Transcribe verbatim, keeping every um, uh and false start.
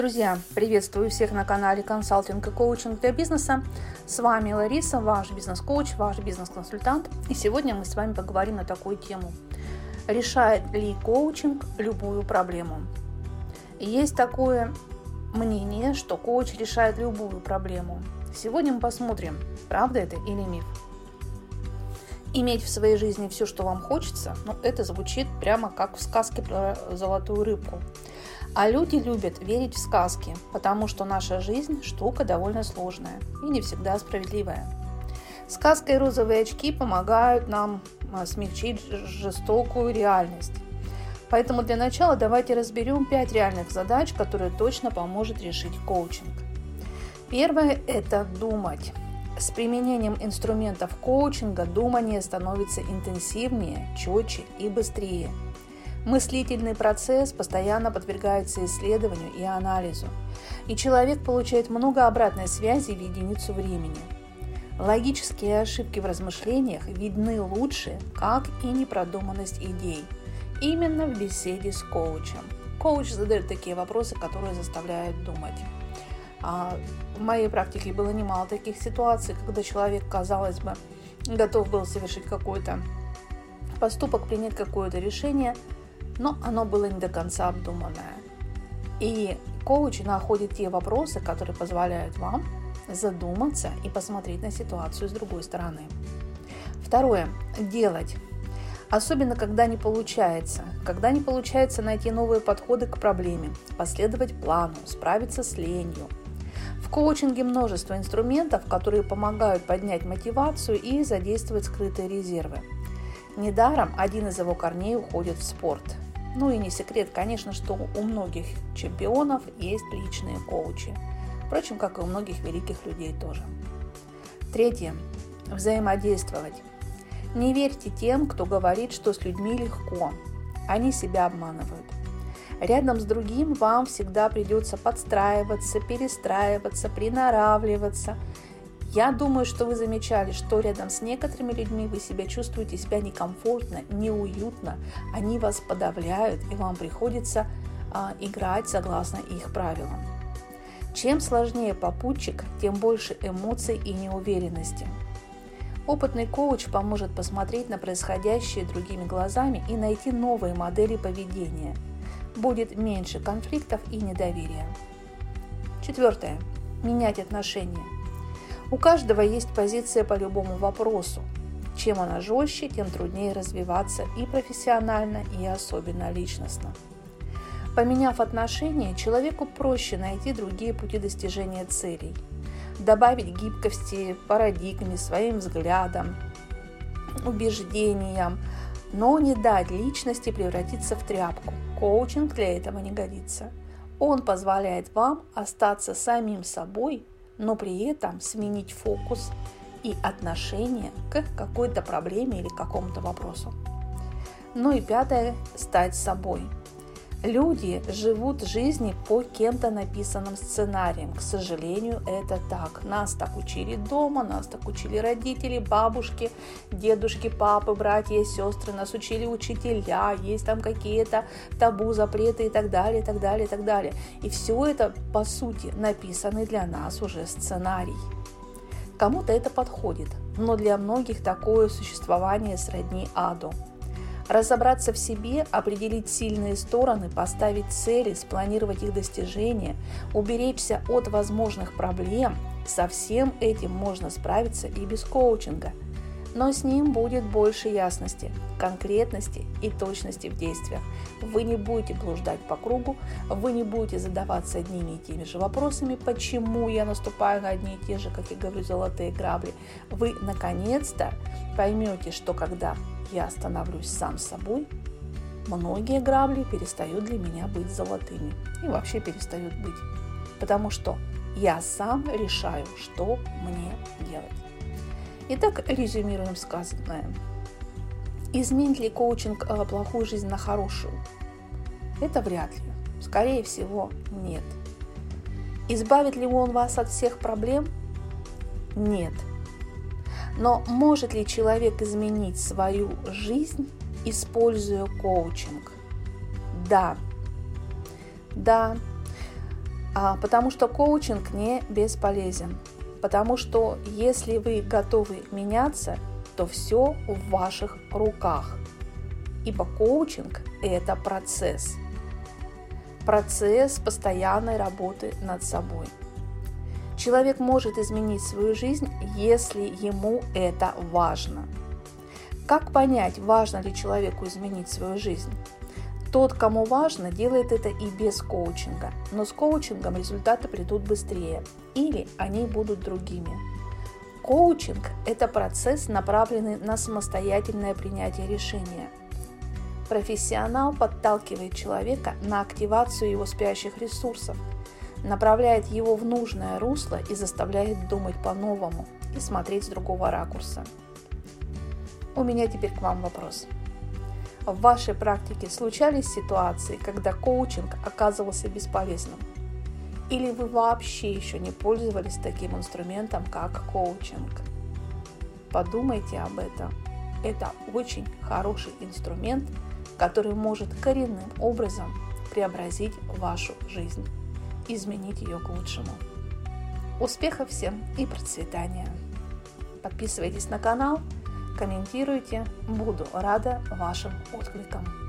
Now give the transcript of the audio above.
Друзья, приветствую всех на канале «Консалтинг и коучинг для бизнеса». С вами Лариса, ваш бизнес-коуч, ваш бизнес-консультант. И сегодня мы с вами поговорим на такую тему. Решает ли коучинг любую проблему? Есть такое мнение, что коуч решает любую проблему. Сегодня мы посмотрим, правда это или миф. Иметь в своей жизни все, что вам хочется, ну, это звучит прямо как в сказке про золотую рыбку. А люди любят верить в сказки, потому что наша жизнь – штука довольно сложная и не всегда справедливая. Сказка и розовые очки помогают нам смягчить жестокую реальность. Поэтому для начала давайте разберем пять реальных задач, которые точно поможет решить коучинг. Первое – это думать. С применением инструментов коучинга думание становится интенсивнее, четче и быстрее. Мыслительный процесс постоянно подвергается исследованию и анализу, и человек получает много обратной связи в единицу времени. Логические ошибки в размышлениях видны лучше, как и непродуманность идей, именно в беседе с коучем. Коуч задает такие вопросы, которые заставляют думать. А в моей практике было немало таких ситуаций, когда человек, казалось бы, готов был совершить какой-то поступок, принять какое-то решение, но оно было не до конца обдуманное. И коуч находит те вопросы, которые позволяют вам задуматься и посмотреть на ситуацию с другой стороны. Второе. Делать. Особенно, когда не получается. Когда не получается найти новые подходы к проблеме, последовать плану, справиться с ленью. В коучинге множество инструментов, которые помогают поднять мотивацию и задействовать скрытые резервы. Недаром один из его корней уходит в спорт. Ну и не секрет, конечно, что у многих чемпионов есть личные коучи. Впрочем, как и у многих великих людей тоже. Третье. Взаимодействовать. Не верьте тем, кто говорит, что с людьми легко. Они себя обманывают. Рядом с другим вам всегда придется подстраиваться, перестраиваться, приноравливаться. Я думаю, что вы замечали, что рядом с некоторыми людьми вы себя чувствуете себя некомфортно, неуютно, они вас подавляют, и вам приходится а, играть согласно их правилам. Чем сложнее попутчик, тем больше эмоций и неуверенности. Опытный коуч поможет посмотреть на происходящее другими глазами и найти новые модели поведения. Будет меньше конфликтов и недоверия. Четвертое. Менять отношения. У каждого есть позиция по любому вопросу. Чем она жестче, тем труднее развиваться и профессионально, и особенно личностно. Поменяв отношения, человеку проще найти другие пути достижения целей, добавить гибкости парадигме, своим взглядам, убеждениям, но не дать личности превратиться в тряпку. Коучинг для этого не годится. Он позволяет вам остаться самим собой, но при этом сменить фокус и отношение к какой-то проблеме или какому-то вопросу. Ну и пятое – стать собой. Люди живут жизни по кем-то написанным сценариям. К сожалению, это так. Нас так учили дома, нас так учили родители, бабушки, дедушки, папы, братья, сестры, нас учили учителя, есть там какие-то табу, запреты и так далее, и так далее, и так далее. И все это, по сути, написанный для нас уже сценарий. Кому-то это подходит, но для многих такое существование сродни аду. Разобраться в себе, определить сильные стороны, поставить цели, спланировать их достижения, уберечься от возможных проблем – со всем этим можно справиться и без коучинга. Но с ним будет больше ясности, конкретности и точности в действиях. Вы не будете блуждать по кругу, вы не будете задаваться одними и теми же вопросами, почему я наступаю на одни и те же, как я говорю, золотые грабли. Вы наконец-то поймете, что когда я становлюсь сам собой, многие грабли перестают для меня быть золотыми и вообще перестают быть. Потому что я сам решаю, что мне делать. Итак, резюмируем сказанное. Изменит ли коучинг плохую жизнь на хорошую? Это вряд ли. Скорее всего, нет. Избавит ли он вас от всех проблем? Нет. Но может ли человек изменить свою жизнь, используя коучинг? Да. Да. А, потому что коучинг не бесполезен. Потому что если вы готовы меняться, то все в ваших руках. Ибо коучинг – это процесс. Процесс постоянной работы над собой. Человек может изменить свою жизнь, если ему это важно. Как понять, важно ли человеку изменить свою жизнь? Тот, кому важно, делает это и без коучинга, но с коучингом результаты придут быстрее или они будут другими. Коучинг – это процесс, направленный на самостоятельное принятие решения. Профессионал подталкивает человека на активацию его спящих ресурсов, направляет его в нужное русло и заставляет думать по-новому и смотреть с другого ракурса. У меня теперь к вам вопрос. В вашей практике случались ситуации, когда коучинг оказывался бесполезным? Или вы вообще еще не пользовались таким инструментом, как коучинг? Подумайте об этом. Это очень хороший инструмент, который может коренным образом преобразить вашу жизнь, изменить ее к лучшему. Успехов всем и процветания! Подписывайтесь на канал, комментируйте, буду рада вашим откликам.